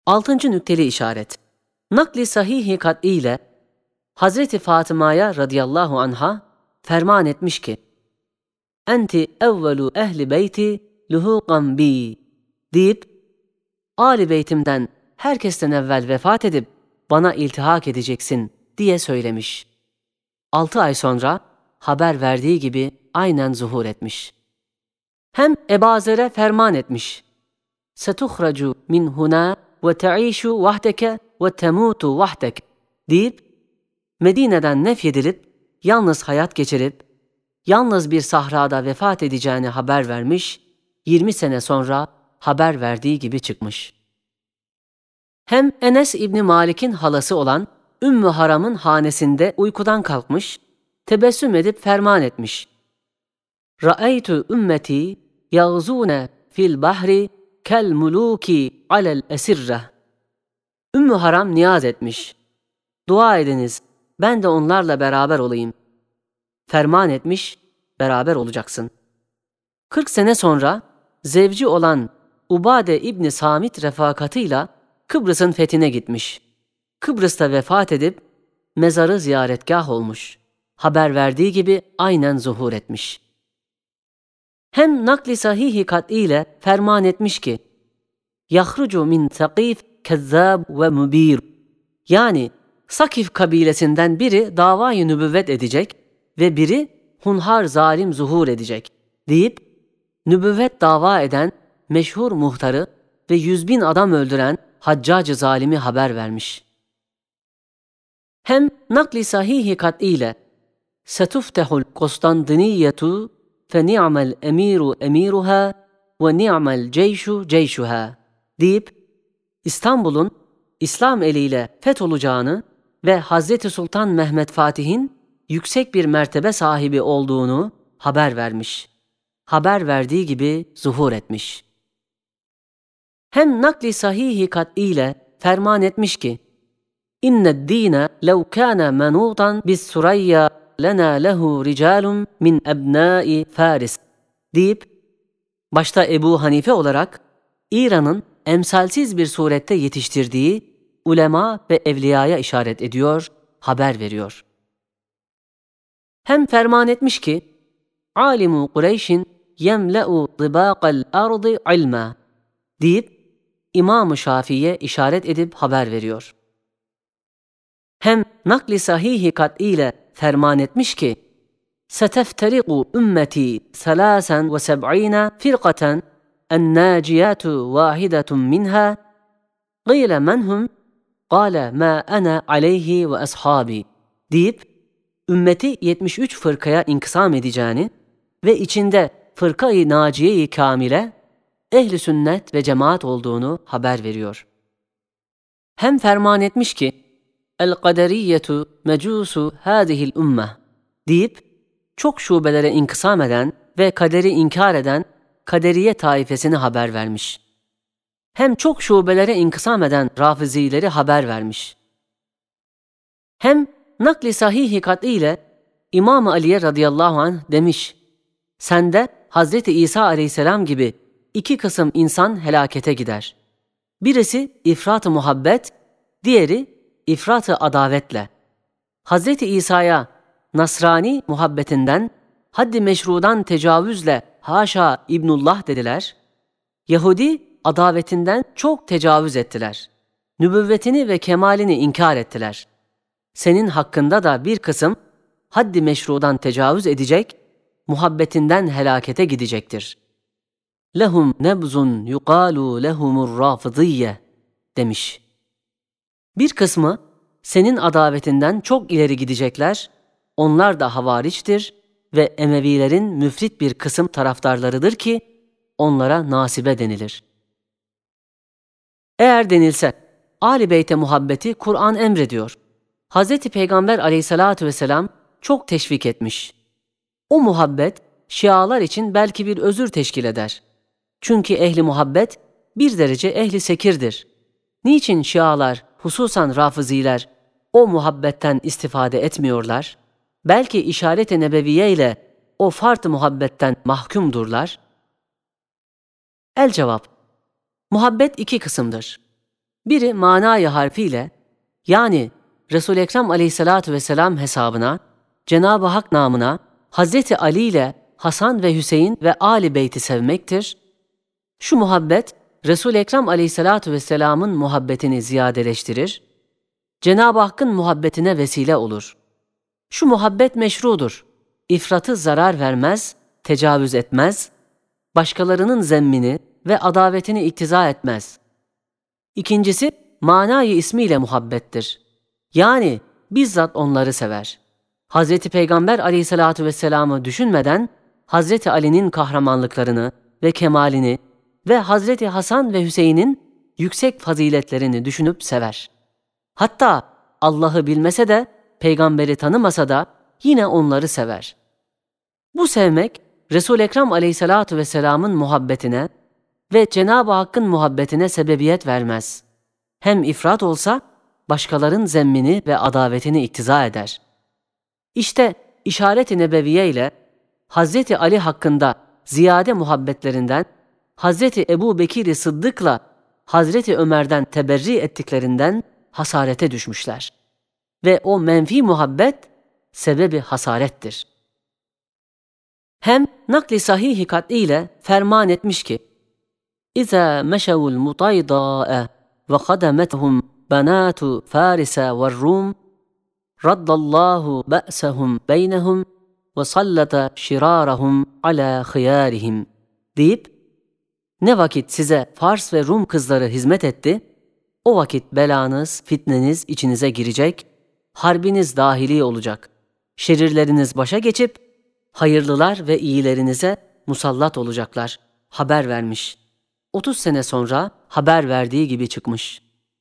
Altıncı nükteli işaret. Nakli sahih-i kat'i ile Hazreti Fatıma'ya radıyallahu anha ferman etmiş ki, "Enti evvelu ehli beyti luhuqan bi" deyip, "Ali beytimden herkesten evvel vefat edip bana iltihak edeceksin" diye söylemiş. 6 ay sonra haber verdiği gibi aynen zuhur etmiş. Hem Ebazer'e ferman etmiş. "Setuhracu min huna ve te'işu vahdeke ve temutu vahdek" deyip, Medine'den nefyedilip, yalnız hayat geçirip, yalnız bir sahrada vefat edeceğini haber vermiş, 20 sene sonra haber verdiği gibi çıkmış. Hem Enes İbni Malik'in halası olan Ümmü Haram'ın hanesinde uykudan kalkmış, tebessüm edip ferman etmiş. "Ra'eytu ümmeti yağzûne fil bahri kel muluki alel esirre." Ümmü Haram niyaz etmiş. "Dua ediniz, ben de onlarla beraber olayım." Ferman etmiş, beraber olacaksın. 40 sene sonra zevci olan Ubade İbni Samit refakatıyla Kıbrıs'ın fethine gitmiş. Kıbrıs'ta vefat edip mezarı ziyaretgah olmuş. Haber verdiği gibi aynen zuhur etmiş. Hem nakli sahih-i kat'i ile ferman etmiş ki, "Yahrucu min Sakif kezzab ve mubir." Yani Sakif kabilesinden biri davayı nübüvvet edecek ve biri hunhar zalim zuhur edecek deyip, nübüvvet dava eden meşhur muhtarı ve 100.000 adam öldüren Haccacı zalimi haber vermiş. Hem nakli sahih-i kat'i ile "Setuftehul Konstantiniyetu fe ni'mel emiru emiruha ve ni'mel ceyşu ceyşuha" deyip, İstanbul'un İslam eliyle fetholacağını ve Hazreti Sultan Mehmet Fatih'in yüksek bir mertebe sahibi olduğunu haber vermiş. Haber verdiği gibi zuhur etmiş. Hem nakli sahih-i kat'i ile ferman etmiş ki, "İnned dîne lev kâne menûtan bis Surayya lena lehu ricalun min ebnâi Faris" deyip, başta Ebu Hanife olarak İran'ın emsalsiz bir surette yetiştirdiği ulema ve evliyaya işaret ediyor, haber veriyor. Hem ferman etmiş ki, "Alimu Kureyş'in yemle'u dıbâqal ardı ilma" deyip, İmam-ı Şafii'ye işaret edip haber veriyor. Hem nakli sahih-i kat'i ile ferman etmiş ki, "Seteftariqu ümmeti 73 firqaten en-nâciyâtu vâhidetun minhâ qîle menhum qâle mâ ana aleyhi ve ashâbi" deyip, ümmeti 73 fırkaya inkısam edeceğini ve içinde fırka-i naciye-i kamile, ehl-i sünnet ve cemaat olduğunu haber veriyor. Hem ferman etmiş ki, "El-kaderiyetu mecusu hâzihil ümmeh" deyip, çok şubelere inkısam eden ve kaderi inkar eden kaderiye taifesini haber vermiş. Hem çok şubelere inkısam eden rafizileri haber vermiş. Hem nakli sahih-i kat'i ile İmam-ı Ali'ye radıyallahu anh demiş, "Sende Hazreti İsa aleyhisselam gibi 2 kısım insan helakete gider. Birisi ifrat-ı muhabbet, diğeri ifrat-ı adavetle. Hazreti İsa'ya Nasrani muhabbetinden, haddi meşrudan tecavüzle haşa İbnullah dediler. Yahudi adavetinden çok tecavüz ettiler. Nübüvvetini ve kemalini inkar ettiler. Senin hakkında da bir kısım haddi meşrudan tecavüz edecek, muhabbetinden helakete gidecektir. Lehum nebzun yuqalu lehumur rafidiyye" demiş. Bir kısmı senin adavetinden çok ileri gidecekler, onlar da havariçtir ve Emevilerin müfrit bir kısım taraftarlarıdır ki onlara nasibe denilir. Eğer denilse, Âl-i Beyt'e muhabbeti Kur'an emrediyor. Hz. Peygamber aleyhissalâtu vesselam çok teşvik etmiş. O muhabbet, Şialar için belki bir özür teşkil eder. Çünkü ehli muhabbet bir derece ehli sekirdir. Niçin Şialar, hususan Rafiziler, o muhabbetten istifade etmiyorlar? Belki işaret-i nebeviye ile o fard-ı muhabbetten mahkumdurlar? El cevap, muhabbet 2 kısımdır. Biri manayı harfiyle, yani Resul-i Ekrem aleyhissalatu vesselam hesabına, Cenab-ı Hak namına Hazreti Ali ile Hasan ve Hüseyin ve Ali Beyt'i sevmektir. Şu muhabbet, Resul-i Ekrem aleyhissalatu vesselamın muhabbetini ziyadeleştirir. Cenab-ı Hakk'ın muhabbetine vesile olur. Şu muhabbet meşrudur. İfratı zarar vermez, tecavüz etmez, başkalarının zemmini ve adavetini iktiza etmez. İkincisi, manayı ismiyle muhabbettir. Yani bizzat onları sever. Hazreti Peygamber aleyhissalatu vesselam'ı düşünmeden, Hazreti Ali'nin kahramanlıklarını ve kemalini ve Hazreti Hasan ve Hüseyin'in yüksek faziletlerini düşünüp sever. Hatta Allah'ı bilmese de, peygamberi tanımasa da yine onları sever. Bu sevmek, Resul-i Ekrem aleyhissalatu vesselam'ın muhabbetine ve Cenab-ı Hakk'ın muhabbetine sebebiyet vermez. Hem ifrat olsa, başkaların zemmini ve adavetini iktiza eder. İşte işaret-i nebeviye ile Hazreti Ali hakkında ziyade muhabbetlerinden, Hazreti Ebu Bekir-i Sıddık'la Hazreti Ömer'den teberri ettiklerinden hasarete düşmüşler. Ve o menfi muhabbet sebebi hasarettir. Hem nakli sahih-i kat'i ile ferman etmiş ki, İza meşevul mutaydâ'e ve kademethum banâtu Fârise ve Rum, raddallahu ba'sehum beynehum ve sallata şirârahum alâ khiyârihim deyip, ne vakit size Fars ve Rum kızları hizmet etti, o vakit belanız, fitneniz içinize girecek, harbiniz dahili olacak, şerirleriniz başa geçip, hayırlılar ve iyilerinize musallat olacaklar. Haber vermiş. 30 sene sonra haber verdiği gibi çıkmış.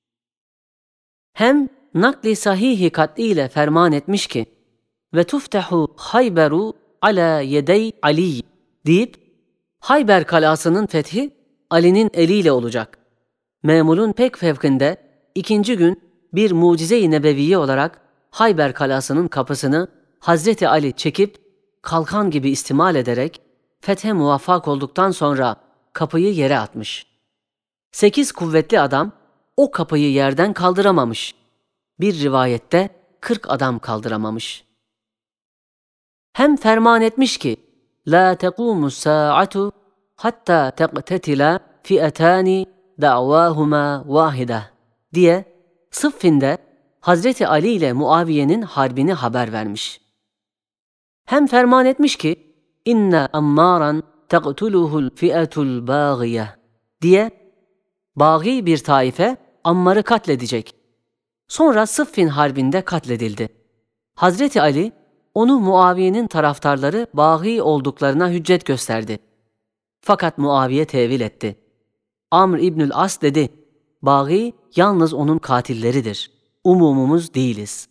Hem nakli sahih-i kat'i ile ferman etmiş ki, ve tuftehu Hayberu ala yedey Ali deyip, Hayber kalasının fethi Ali'nin eliyle olacak. Memulun pek fevkinde 2. gün bir mucize-i nebeviye olarak Hayber kalasının kapısını Hazreti Ali çekip kalkan gibi istimal ederek fethe muvaffak olduktan sonra kapıyı yere atmış. 8 kuvvetli adam o kapıyı yerden kaldıramamış. Bir rivayette 40 adam kaldıramamış. Hem ferman etmiş ki, La tequmu sa'atu hatta teqtetila fi'etani da'vahuma vahide diye Sıffin'de Hazreti Ali ile Muaviye'nin harbini haber vermiş. Hem ferman etmiş ki, İnne ammaran teqtuluhul fi'etul bağiye diye bağî bir taife Ammar'ı katledecek. Sonra Sıffin harbinde katledildi. Hazreti Ali, onu Muaviye'nin taraftarları bağî olduklarına hüccet gösterdi. Fakat Muaviye tevil etti. Amr İbnül As dedi, bağî yalnız onun katilleridir. Umumumuz değiliz.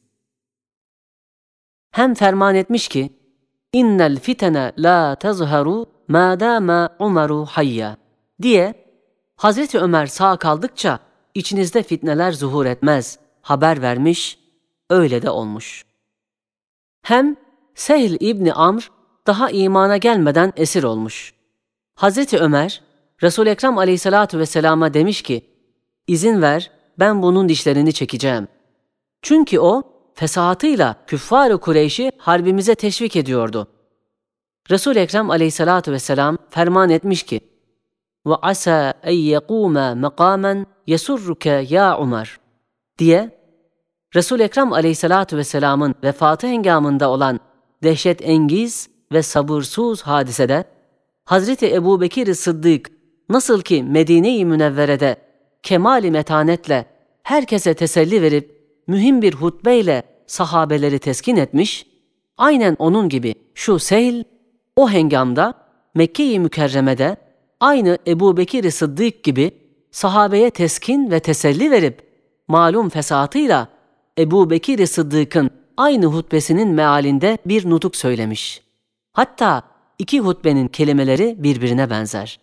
Hem ferman etmiş ki, İnnel fitene la tezharu ma dama Umaru hayya diye Hazreti Ömer sağ kaldıkça içinizde fitneler zuhur etmez haber vermiş, öyle de olmuş. Hem Sehl İbni Amr daha imana gelmeden esir olmuş. Hazreti Ömer, Resul-i Ekrem aleyhissalatu vesselama demiş ki, İzin ver, ben bunun dişlerini çekeceğim. Çünkü o, fesahatıyla küffar-ı Kureyş'i harbimize teşvik ediyordu. Resul-i Ekrem aleyhissalatu vesselam ferman etmiş ki, وَعَسَى اَنْ يَقُومَ مَقَامًا يَسُرُّكَ يَا Umar diye, Resul-i Ekrem aleyhissalatu vesselamın vefatı hengamında olan dehşetengiz ve sabırsız hadisede, Hazreti Ebu Bekir Sıddık nasıl ki Medine-i Münevvere'de kemal-i metanetle herkese teselli verip mühim bir hutbeyle sahabeleri teskin etmiş, aynen onun gibi şu Sehl, o hengamda Mekke-i Mükerreme'de aynı Ebu Bekir Sıddık gibi sahabeye teskin ve teselli verip malum fesatıyla Ebu Bekir Sıddık'ın aynı hutbesinin mealinde bir nutuk söylemiş. Hatta 2 hutbenin kelimeleri birbirine benzer.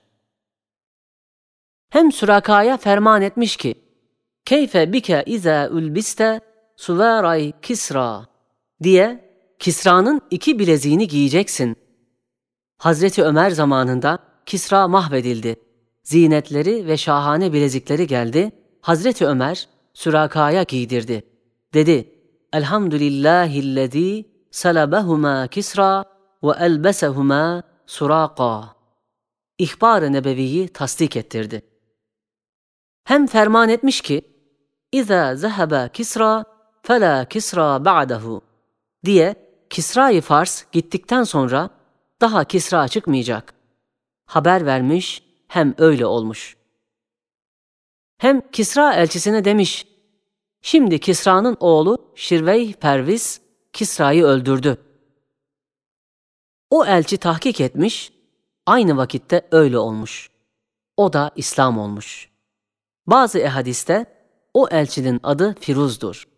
Hem Süraka'ya ferman etmiş ki, Keyfe bike iza ulbiste suvaray Kisra diye Kisra'nın 2 bileziğini giyeceksin. Hazreti Ömer zamanında Kisra mahvedildi. Zinetleri ve şahane bilezikleri geldi. Hazreti Ömer Süraka'ya giydirdi. Dedi, Elhamdülillahillezî salabehuma Kisra ve elbesehuma Suraka. İhbar-ı Nebevi'yi tasdik ettirdi. Hem ferman etmiş ki, İzâ zehebe Kisra felâ Kisra ba'dehu diye Kisra-i Fars gittikten sonra daha Kisra çıkmayacak. Haber vermiş, hem öyle olmuş. Hem Kisra elçisine demiş, şimdi Kisra'nın oğlu Şirveyh Perviz Kisra'yı öldürdü. O elçi tahkik etmiş, aynı vakitte öyle olmuş. O da İslam olmuş. Bazı ehadiste o elçinin adı Firuz'dur.